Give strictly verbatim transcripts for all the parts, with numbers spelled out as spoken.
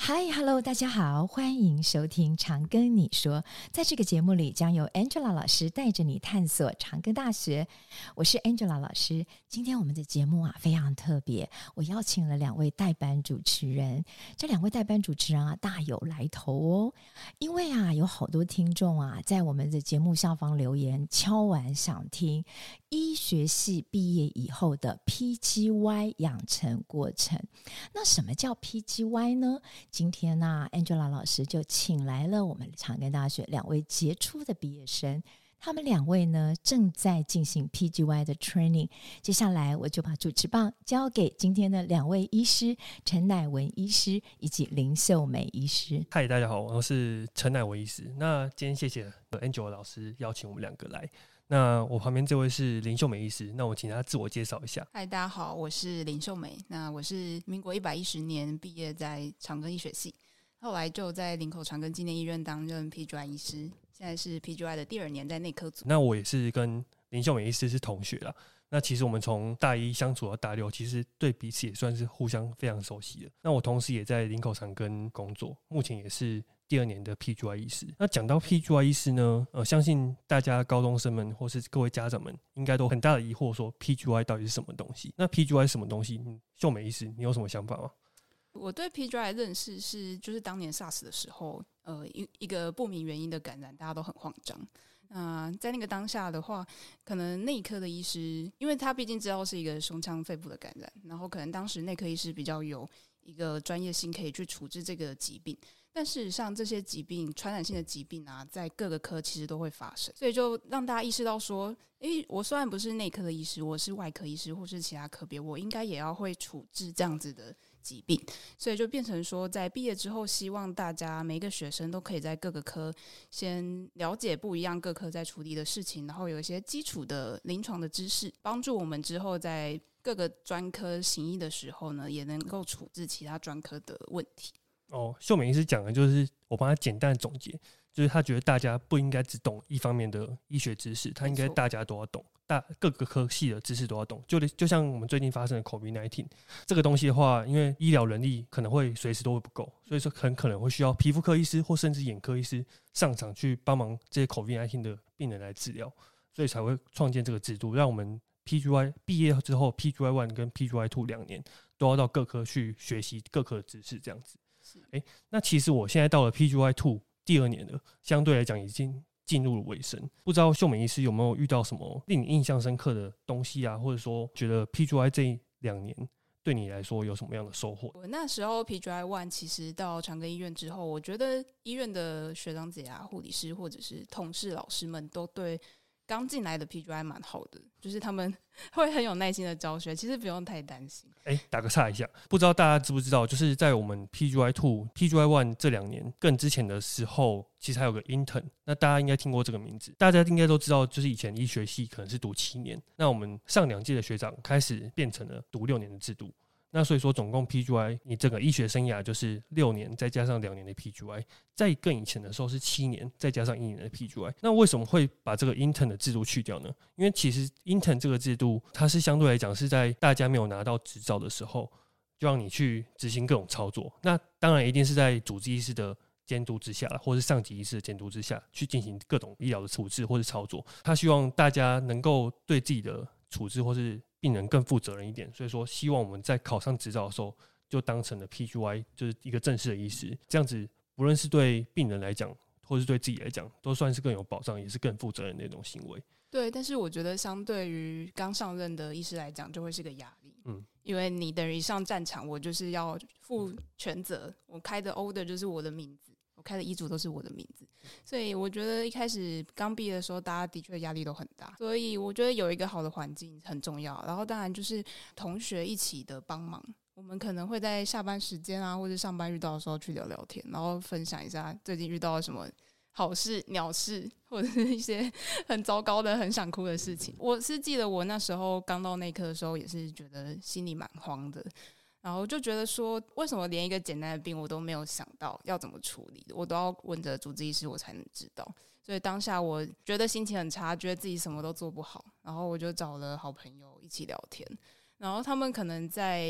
嗨 ，Hello， 大家好，欢迎收听长庚你说。在这个节目里，将由 Angela 老师带着你探索长庚大学。我是 Angela 老师。今天我们的节目啊非常特别，我邀请了两位代班主持人。这两位代班主持人啊大有来头哦，因为啊有好多听众啊在我们的节目下方留言，敲碗想听医学系毕业以后的 P G Y 养成过程。那什么叫 P G Y 呢？今天呢、啊、Angela 老师就请来了我们长庚大学两位杰出的毕业生，他们两位呢正在进行 P G Y 的 training。 接下来我就把主持棒交给今天的两位医师，陈乃文医师以及林秀美医师。 嗨，大家好，我是陈乃文医师。那今天谢谢 Angela 老师邀请我们两个来。那我旁边这位是林秀美医师，那我请她自我介绍一下。 嗨，大家好，我是林秀美。那我是民国一百一十年毕业在长庚医学系，后来就在林口长庚纪念医院担任 P G Y 医师，现在是 P G Y 的第二年，在内科组。 那我也是跟林秀美医师是同学啦。那其实我们从大一相处到大六，其实对彼此也算是互相非常熟悉的。那我同时也在林口长庚工作，目前也是第二年的 P G Y 医师。那讲到 P G Y 医师呢，呃，相信大家高中生们或是各位家长们应该都很大的疑惑，说 P G Y 到底是什么东西？那 P G Y 是什么东西？秀美医师，你有什么想法吗？ 我对 P G Y 的认识是，就是当年 SARS 的时候，呃，一一个不明原因的感染，大家都很慌张。那、呃、在那个当下的话，可能内科的医师，因为他毕竟知道是一个胸腔肺部的感染，然后可能当时内科医师比较有一个专业性可以去处置这个疾病。但事实上，这些疾病传染性的疾病啊，在各个科其实都会发生，所以就让大家意识到说，诶，我虽然不是内科的医师，我是外科医师或是其他科别，我应该也要会处置这样子的疾病。所以就变成说，在毕业之后，希望大家每一个学生都可以在各个科先了解不一样各科在处理的事情，然后有一些基础的临床的知识，帮助我们之后在各个专科行医的时候呢，也能够处置其他专科的问题。 哦，秀美医师讲的就是我帮他简单的总结，就是他觉得大家不应该只懂一方面的医学知识，他应该大家都要懂，大各个科系的知识都要懂。就就像我们最近发生的 COVID 十九 这个东西的话，因为医疗人力可能会随时都会不够，所以说很可能会需要皮肤科医师或甚至眼科医师上场去帮忙这些 COVID 十九 的病人来治疗，所以才会创建这个制度，让我们 P G Y 毕业之后 P G Y 一 跟 P G Y 二两年都要到各科去学习各科的知识这样子。欸、那其实我现在到了 P G Y 二第二年了，相对来讲已经进入了尾声。不知道秀美医师有没有遇到什么令你印象深刻的东西啊，或者说觉得 P G Y 这两年对你来说有什么样的收获？ 我那时候 P G Y 一 其实到长庚医院之后，我觉得医院的学长姐啊、护理师或者是同事、老师们都对刚进来的 P G Y 蛮好的，就是他们会很有耐心的教学，其实不用太担心。 哎、欸，打个岔一下，不知道大家知不知道，就是在我们 P G Y 二、P G Y 一 这两年更之前的时候，其实还有个 intern， 那大家应该听过这个名字，大家应该都知道，就是以前医学系可能是读七年，那我们上两届的学长开始变成了读六年的制度。那所以说总共 P G Y 你整个医学生涯就是六年再加上两年的 P G Y， 在更以前的时候是七年再加上一年的 P G Y。 那为什么会把这个 intern 的制度去掉呢？因为其实 intern 这个制度它是相对来讲是在大家没有拿到执照的时候就让你去执行各种操作，那当然一定是在主治医师的监督之下，或是上级医师的监督之下去进行各种医疗的处置或是操作。他希望大家能够对自己的处置或是病人更负责任一点，所以说希望我们在考上执照的时候就当成了 P G Y， 就是一个正式的医师，这样子不论是对病人来讲或是对自己来讲都算是更有保障，也是更负责任的一种行为。 对，但是我觉得相对于刚上任的医师来讲就会是个压力， 嗯， 因为你等于一上战场我就是要负全责，我开的 order 就是我的名字，我开的医嘱都是我的名字，所以我觉得一开始刚毕业的时候大家的确压力都很大，所以我觉得有一个好的环境很重要，然后当然就是同学一起的帮忙，我们可能会在下班时间啊或者上班遇到的时候去聊聊天，然后分享一下最近遇到了什么好事鸟事或者是一些很糟糕的很想哭的事情。我是记得我那时候刚到内科的时候也是觉得心里蛮慌的，然后就觉得说为什么连一个简单的病我都没有想到要怎么处理，我都要问着主治医师我才能知道，所以当下我觉得心情很差，觉得自己什么都做不好，然后我就找了好朋友一起聊天，然后他们可能在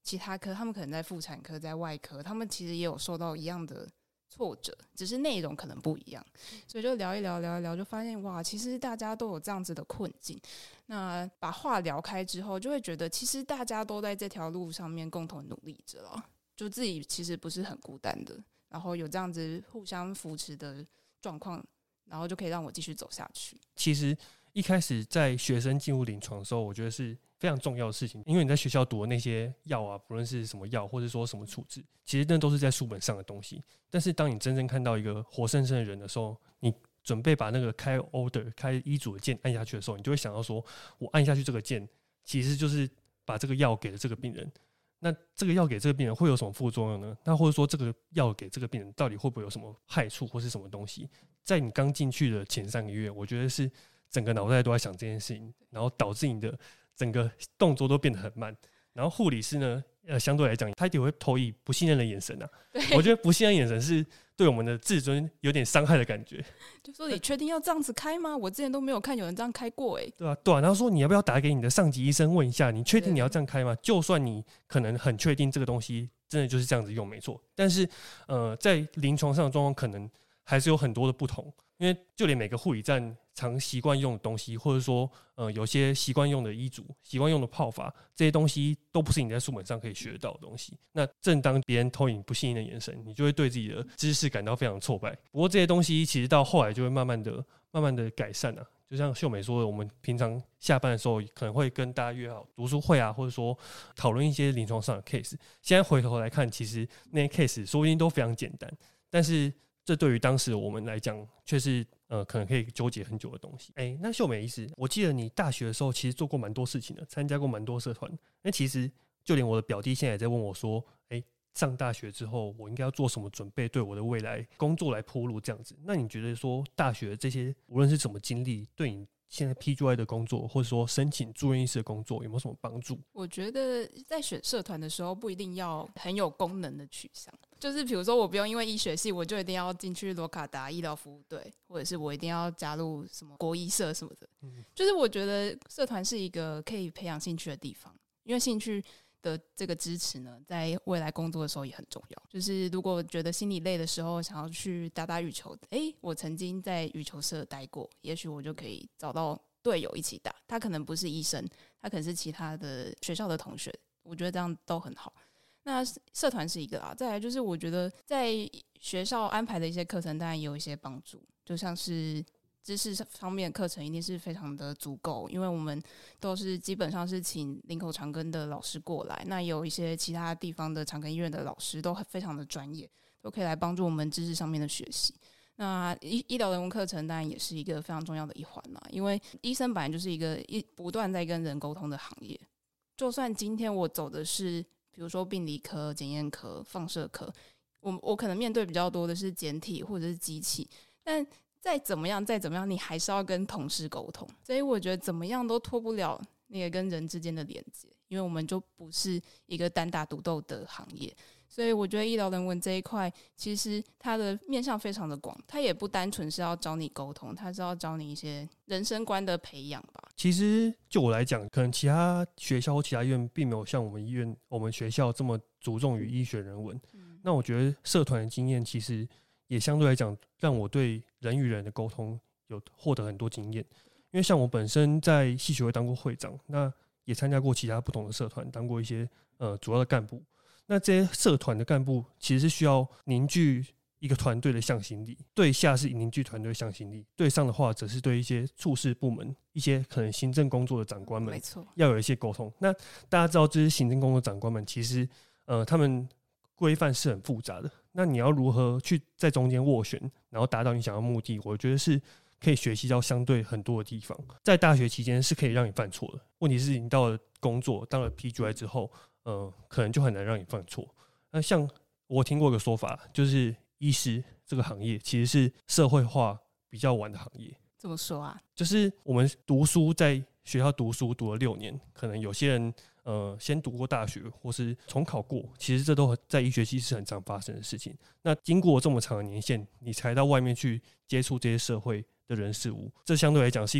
其他科，他们可能在妇产科、在外科，他们其实也有受到一样的挫折，只是内容可能不一样，所以就聊一聊聊一聊，就发现哇，其实大家都有这样子的困境。那把话聊开之后，就会觉得其实大家都在这条路上面共同努力着了，就自己其实不是很孤单的，然后有这样子互相扶持的状况，然后就可以让我继续走下去。 其实一开始在学生进入临床的时候，我觉得是非常重要的事情，因为你在学校读的那些药啊，不论是什么药或者说什么处置，其实那都是在书本上的东西。但是当你真正看到一个活生生的人的时候，你准备把那个开 order 开医嘱的键按下去的时候，你就会想到说，我按下去这个键，其实就是把这个药给了这个病人。那这个药给这个病人会有什么副作用呢？那或者说这个药给这个病人到底会不会有什么害处或是什么东西？在你刚进去的前三个月，我觉得是整个脑袋都在想这件事情，然后导致你的整个动作都变得很慢。然后护理师呢，呃，相对来讲，他也会投以不信任的眼神啊。我觉得不信任眼神是对我们的自尊有点伤害的感觉。 就说你确定要这样子开吗？我之前都没有看有人这样开过哎、欸。 对啊，对啊。然后说你要不要打给你的上级医生问一下，你确定你要这样开吗？就算你可能很确定这个东西真的就是这样子用没错，但是呃，在临床上的状况可能还是有很多的不同。因为就连每个护理站常习惯用的东西，或者说呃有些习惯用的医嘱、习惯用的泡法，这些东西都不是你在书本上可以学到的东西。那正当别人投以不信任的眼神，你就会对自己的知识感到非常挫败。不过这些东西其实到后来就会慢慢的、慢慢的改善啊。就像秀美说的，我们平常下班的时候可能会跟大家约好读书会啊，或者说讨论一些临床上的 case。现在回头来看，其实那些 case 说不定都非常简单，但是这对于当时我们来讲，却是呃可能可以纠结很久的东西。哎、欸，那秀美医师，我记得你大学的时候其实做过蛮多事情的，参加过蛮多社团。那其实就连我的表弟现在也在问我说，哎、欸，上大学之后我应该要做什么准备，对我的未来工作来铺路这样子。那你觉得说大学这些无论是什么经历，对你现在 P G Y 的工作，或者说申请住院医师的工作，有没有什么帮助？ 我觉得在选社团的时候，不一定要很有功能的取向。就是比如说，我不用因为医学系，我就一定要进去罗卡达医疗服务队，或者是我一定要加入什么国医社什么的。嗯、就是我觉得社团是一个可以培养兴趣的地方，因为兴趣的这个支持呢，在未来工作的时候也很重要。就是如果觉得心里累的时候，想要去打打羽球，哎，我曾经在羽球社待过，也许我就可以找到队友一起打。他可能不是医生，他可能是其他的学校的同学，我觉得这样都很好。那社团是一个啦，再来就是我觉得在学校安排的一些课程当然也有一些帮助，就像是知识方面的课程一定是非常的足够，因为我们都是基本上是请林口长庚的老师过来，那也有一些其他地方的长庚医院的老师都非常的专业，都可以来帮助我们知识上面的学习。那医医疗人文课程当然也是一个非常重要的一环啦，因为医生本来就是一个一不断在跟人沟通的行业，就算今天我走的是比如说病理科、检验科、放射科，我我可能面对比较多的是简体或者是机器，但再怎么样再怎么样你还是要跟同事沟通，所以我觉得怎么样都脱不了那个跟人之间的连接，因为我们就不是一个单打独斗的行业，所以我觉得医疗人文这一块其实它的面向非常的广，它也不单纯是要教你沟通，它是要教你一些人生观的培养吧。 其实就我来讲，可能其他学校或其他医院并没有像我们医院我们学校这么注重于医学人文、嗯、那我觉得社团的经验其实也相对来讲让我对人与人的沟通有获得很多经验，因为像我本身在系学会当过会长，那也参加过其他不同的社团，当过一些呃主要的干部。那这些社团的干部其实是需要凝聚一个团队的向心力，对下是凝聚团队的向心力，对上的话则是对一些处事部门、一些可能行政工作的长官们要有一些沟通。那大家知道，这些行政工作长官们其实呃他们规范是很复杂的，那你要如何去在中间斡旋，然后达到你想要的目的，我觉得是可以学习到相对很多的地方。在大学期间是可以让你犯错的，问题是你到了工作当了 P G I 之后呃，可能就很难让你犯错。那像我听过一个说法，就是医师这个行业其实是社会化比较晚的行业。 怎么说啊？ 就是我们读书在学校读书读了六年，可能有些人呃先读过大学，或是重考过，其实这都在医学系是很常发生的事情。那经过这么长的年限，你才到外面去接触这些社会的人事物，这相对来讲是一个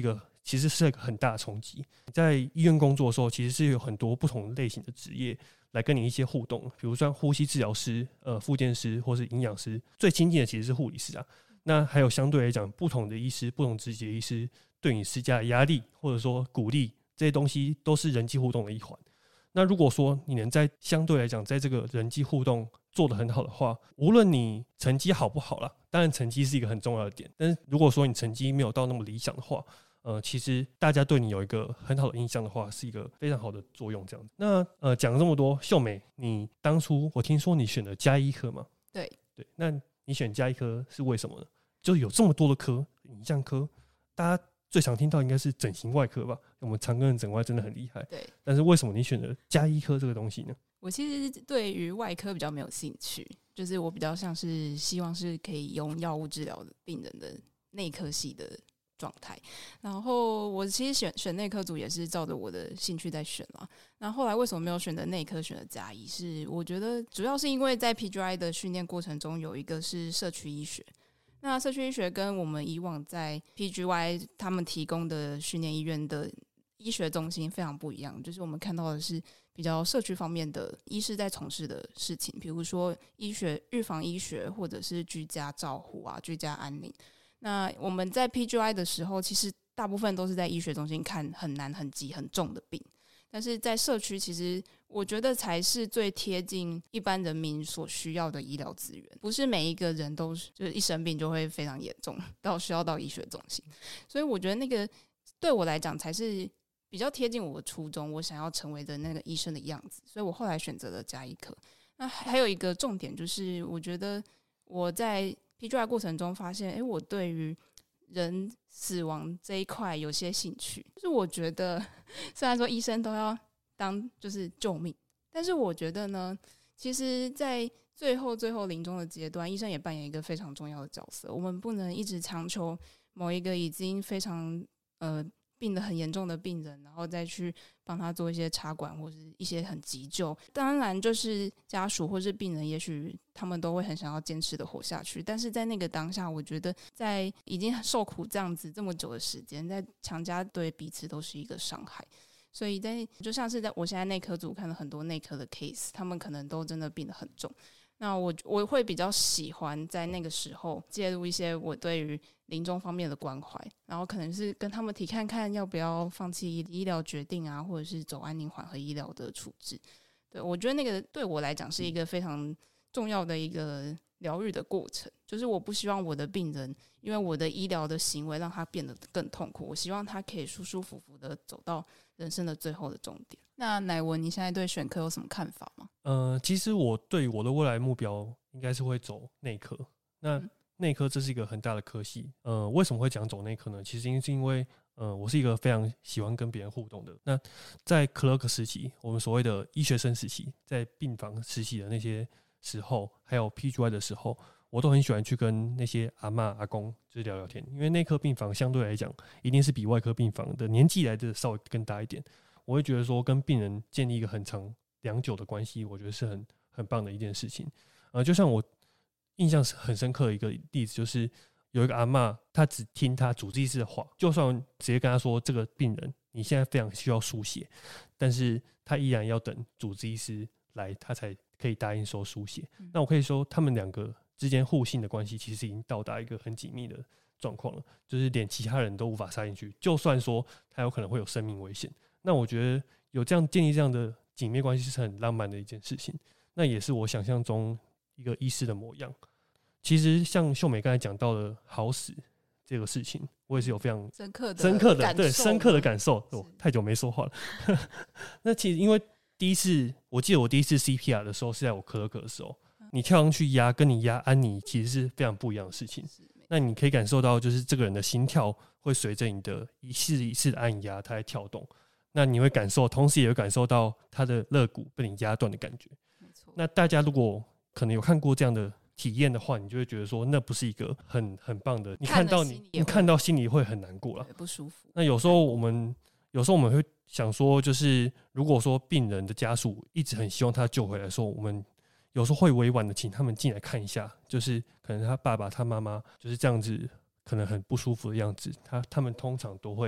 其实是一个很大的冲击。在医院工作的时候，其实是有很多不同类型的职业来跟你一些互动，比如说呼吸治疗师、呃，复健师或是营养师，最亲近的其实是护理师啊。那还有相对来讲，不同的医师、不同职级的医师对你施加的压力或者说鼓励，这些东西都是人际互动的一环。那如果说你能在相对来讲，在这个人际互动做得很好的话，无论你成绩好不好啦，当然成绩是一个很重要的点，但是如果说你成绩没有到那么理想的话，呃，其实大家对你有一个很好的印象的话，是一个非常好的作用。这样子，那呃讲了这么多，秀美，你当初我听说你选了家医科嘛？ 对对，那你选家医科是为什么呢？就是有这么多的科，影像科，大家最常听到应该是整形外科吧？我们长庚的整外真的很厉害， 对。 但是为什么你选了家医科这个东西呢？ 我其实对于外科比较没有兴趣，就是我比较像是希望是可以用药物治疗的病人的内科系的状态。然后我其实选选内科组也是照着我的兴趣在选啦。那后来为什么没有选择内科，选择家医？是我觉得主要是因为在 P G I 的训练过程中，有一个是社区医学。那社区医学跟我们以往在 P G Y 他们提供的训练医院的医学中心非常不一样，就是我们看到的是比较社区方面的医师在从事的事情，比如说医学、预防医学，或者是居家照护啊、居家安宁。那我们在 P G I 的时候，其实大部分都是在医学中心看很难、很急、很重的病，但是在社区，其实我觉得才是最贴近一般人民所需要的医疗资源。不是每一个人都是就是一生病就会非常严重到需要到医学中心，所以我觉得那个对我来讲才是比较贴近我的初衷，我想要成为的那个医生的样子。所以我后来选择了家医科。那还有一个重点就是，我觉得我在 P G I 过程中发现，哎，我对于人死亡这一块有些兴趣。就是我觉得虽然说医生都要当就是救命，但是我觉得呢，其实在最后最后临终的阶段，医生也扮演一个非常重要的角色。我们不能一直强求某一个已经非常呃病得很严重的病人，然后再去帮他做一些插管或是一些很急救。当然就是家属或是病人也许他们都会很想要坚持的活下去，但是在那个当下，我觉得在已经受苦这样子这么久的时间，在强加对彼此都是一个伤害。所以在就像是在我现在内科组看了很多内科的 case， 他们可能都真的病得很重。那我我会比较喜欢在那个时候介入一些我对于临终方面的关怀，然后可能是跟他们提看看要不要放弃医疗决定啊，或者是走安宁缓和医疗的处置。对，我觉得那个对我来讲是一个非常重要的一个疗愈的过程，就是我不希望我的病人因为我的医疗的行为让他变得更痛苦，我希望他可以舒舒服服的走到人生的最后的终点。那乃文，你现在对选科有什么看法吗？ 呃，其实我对我的未来目标应该是会走内科。那内科这是一个很大的科系，呃，为什么会讲走内科呢？其实是因为，呃，我是一个非常喜欢跟别人互动的。那在 clerk 时期，我们所谓的医学生时期，在病房实习的那些时候，还有 P G I 的时候，我都很喜欢去跟那些阿嬷阿公就是聊聊天，因为内科病房相对来讲，一定是比外科病房的年纪来的稍微更大一点。我会觉得说，跟病人建立一个很长良久的关系，我觉得是很很棒的一件事情。呃，就像我印象很深刻的一个例子，就是有一个阿嬷，她只听她主治医师的话，就算直接跟她说这个病人你现在非常需要输血，但是她依然要等主治医师来，她才可以答应说输血。嗯、那我可以说，他们两个之间互信的关系，其实已经到达一个很紧密的状况了，就是连其他人都无法插进去，就算说他有可能会有生命危险。那我觉得有这样建立这样的紧密关系是很浪漫的一件事情，那也是我想象中一个医师的模样。其实像秀美刚才讲到的好死这个事情，我也是有非常深刻的深刻的对深刻的感受。哦，太久没说话了。那其实因为第一次，我记得我第一次 C P R 的时候是在我咳咳的时候，你跳上去压，跟你压安妮其实是非常不一样的事情。那你可以感受到，就是这个人的心跳会随着你的一次一次的按压，它在跳动。那你会感受，同时也会感受到他的肋骨被你压断的感觉。那大家如果可能有看过这样的体验的话，你就会觉得说，那不是一个很很棒的。你看到你，你看到心里会很难过了， 不舒服。 那有时候我们，有时候我们会想说，就是如果说病人的家属一直很希望他救回来的时候，我们有时候会委婉的请他们进来看一下，就是可能他爸爸、他妈妈就是这样子，可能很不舒服的样子，他他们通常都会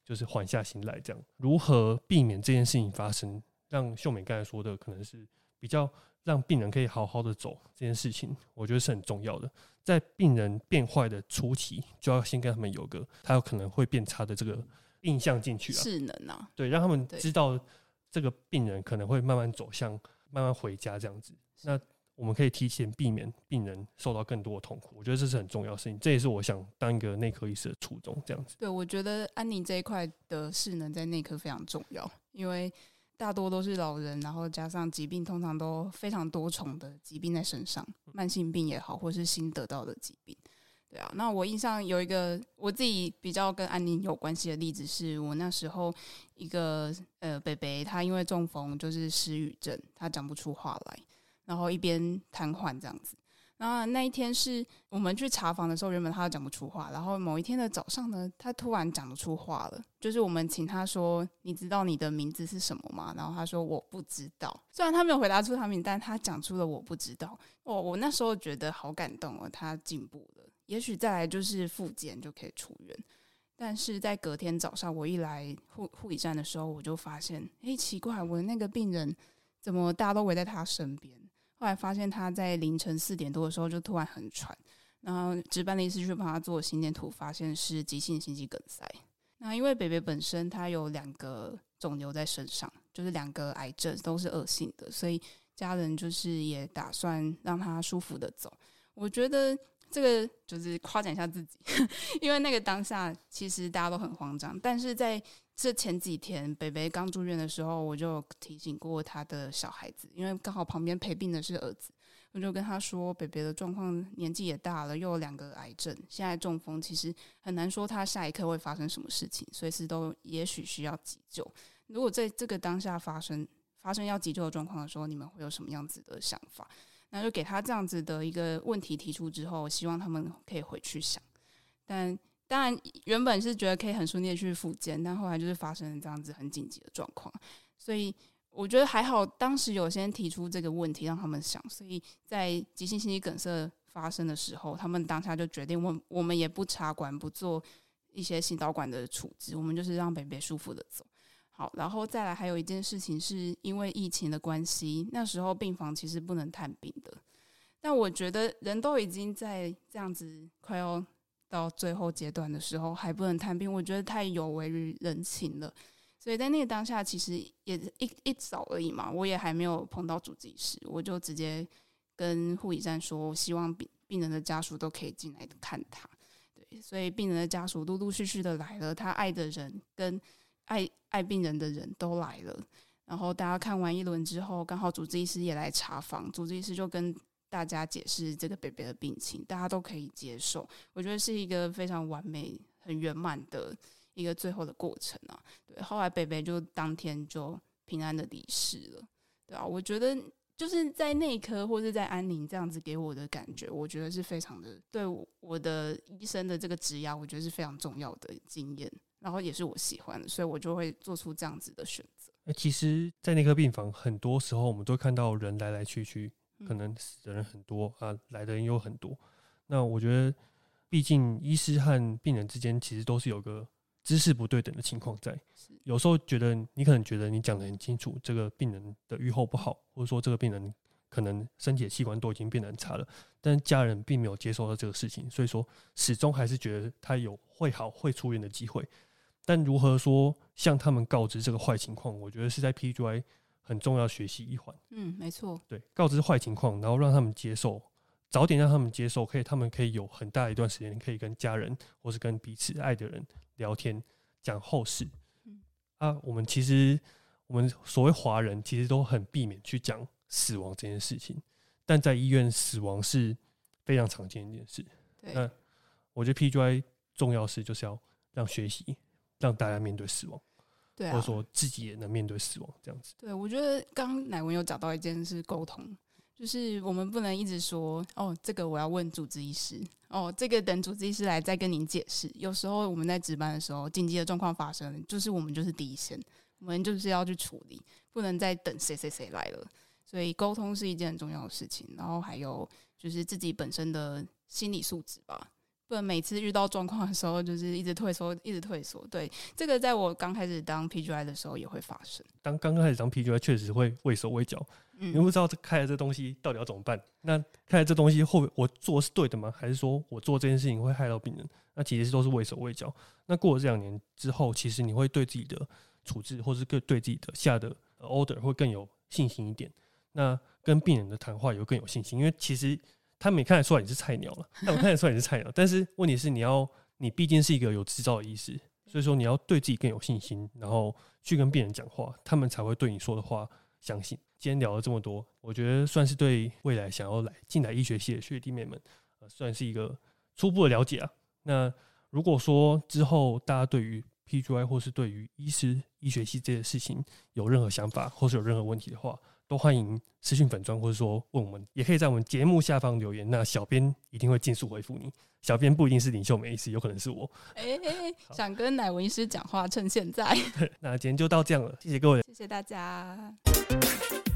就是缓下心来，这样如何避免这件事情发生？让秀美刚才说的，可能是比较让病人可以好好的走这件事情，我觉得是很重要的。在病人变坏的初期，就要先跟他们有个他有可能会变差的这个印象进去啊， 势能啊， 对，让他们知道这个病人可能会慢慢走向慢慢回家这样子。那我们可以提前避免病人受到更多的痛苦，我觉得这是很重要的事情，这也是我想当一个内科医师的初衷。这样子， 对，我觉得安宁这一块的势能在内科非常重要，因为大多都是老人，然后加上疾病通常都非常多重的疾病在身上，慢性病也好，或是新得到的疾病。对啊，那我印象有一个我自己比较跟安宁有关系的例子，是我那时候一个呃北北，他因为中风就是失语症，他讲不出话来，然后一边瘫痪这样子。然后那一天是我们去查房的时候，原本他讲不出话，然后某一天的早上呢，他突然讲得出话了。就是我们请他说：“你知道你的名字是什么吗？”然后他说：“我不知道。”虽然他没有回答出他名字，但他讲出了“我不知道”。哦，我那时候觉得好感动哦，他进步了。也许再来就是复健就可以出院。但是在隔天早上，我一来护护理站的时候，我就发现，哎，奇怪，我的那个病人怎么大家都围在他身边？后来发现他在凌晨四点多的时候就突然很喘，然后值班的医师去帮他做心电图，发现是急性心肌梗塞。那因为北北本身他有两个肿瘤在身上，就是两个癌症都是恶性的，所以家人就是也打算让他舒服的走。我觉得这个就是夸奖一下自己，因为那个当下其实大家都很慌张，但是在这前几天北北刚住院的时候，我就提醒过他的小孩子，因为刚好旁边陪病的是儿子，我就跟他说北北的状况年纪也大了，又有两个癌症，现在中风，其实很难说他下一刻会发生什么事情，随时都也许需要急救。如果在这个当下发生发生要急救的状况的时候，你们会有什么样子的想法？那就给他这样子的一个问题提出之后，希望他们可以回去想。但当然原本是觉得可以很顺利的去复健，但后来就是发生了这样子很紧急的状况，所以我觉得还好当时有先提出这个问题让他们想，所以在急性心肌梗塞发生的时候，他们当下就决定我我们也不插管，不做一些心导管的处置，我们就是让北北舒服的走。好，然后再来还有一件事情，是因为疫情的关系，那时候病房其实不能探病的。但我觉得人都已经在这样子快要到最后阶段的时候，还不能探病，我觉得太有违于人情了。所以在那个当下，其实也一一早而已嘛，我也还没有碰到主治医师，我就直接跟护理站说，我希望病病人的家属都可以进来看他。对，所以病人的家属陆陆续续的来了，他爱的人跟爱爱病人的人都来了，然后大家看完一轮之后，刚好主治医师也来查房，主治医师就跟大家解释这个北北的病情，大家都可以接受，我觉得是一个非常完美、很圆满的一个最后的过程啊。对，后来北北就当天就平安的离世了，对啊，我觉得就是在内科或是在安宁这样子给我的感觉，我觉得是非常的对我的医生的这个职涯，我觉得是非常重要的经验。然后也是我喜欢的，所以我就会做出这样子的选择。 欸、其实，在内科病房，很多时候我们都看到人来来去去，可能死的人很多啊，来的人又很多。那我觉得，毕竟医师和病人之间其实都是有个知识不对等的情况在。有时候觉得你可能觉得你讲得很清楚，这个病人的预后不好，或者说这个病人可能身体的器官都已经变得很差了，但家人并没有接受到这个事情，所以说始终还是觉得他有会好、会出院的机会。但如何说向他们告知这个坏情况，我觉得是在 P G I 很重要的学习一环。 嗯，没错。 对，告知坏情况，然后让他们接受，早点让他们接受，可以，他们可以有很大一段时间可以跟家人或是跟彼此爱的人聊天，讲后事。嗯、啊，我们其实我们所谓华人其实都很避免去讲死亡这件事情，但在医院死亡是非常常见的一件事。 对， 那我觉得 P G I 重要是就是要让学习。让大家面对死亡， 对啊， 或者说自己也能面对死亡，这样子。 对，我觉得刚刚乃文有找到一件事，沟通，就是我们不能一直说哦，这个我要问主治医师，哦，这个等主治医师来再跟您解释。有时候我们在值班的时候，紧急的状况发生了，就是我们就是第一线，我们就是要去处理，不能再等谁谁谁来了。所以沟通是一件很重要的事情，然后还有就是自己本身的心理素质吧。 不能每次遇到状况的时候就是一直退缩一直退缩。对，这个在我刚开始当 P G I 的时候也会发生。 当刚开始当 P G I 确实会畏手畏脚，嗯、你不知道开了这东西到底要怎么办，那开了这东西后我做是对的吗？还是说我做这件事情会害到病人？那其实都是畏手畏脚。那过了这两年之后，其实你会对自己的处置或是对自己的下的 order 会更有信心一点，那跟病人的谈话也会更有信心，因为其实他们也看得出来你是菜鸟了，他们看得出来你是菜鸟，但是问题是你要你毕竟是一个有执照的医师，所以说你要对自己更有信心，然后去跟病人讲话，他们才会对你说的话相信。今天聊了这么多，我觉得算是对未来想要来进来医学系的学弟妹们，呃，算是一个初步的了解啊。那如果说之后大家对于 P G I 或是对于医师医学系这些事情有任何想法或是有任何问题的话，都欢迎私讯粉专或者说问我们，也可以在我们节目下方留言，那小编一定会尽速回复你。小编不一定是林秀美医师，有可能是我。 哎、欸，想跟乃文医师讲话，趁现在。 那今天就到这样了，谢谢各位， 谢谢大家。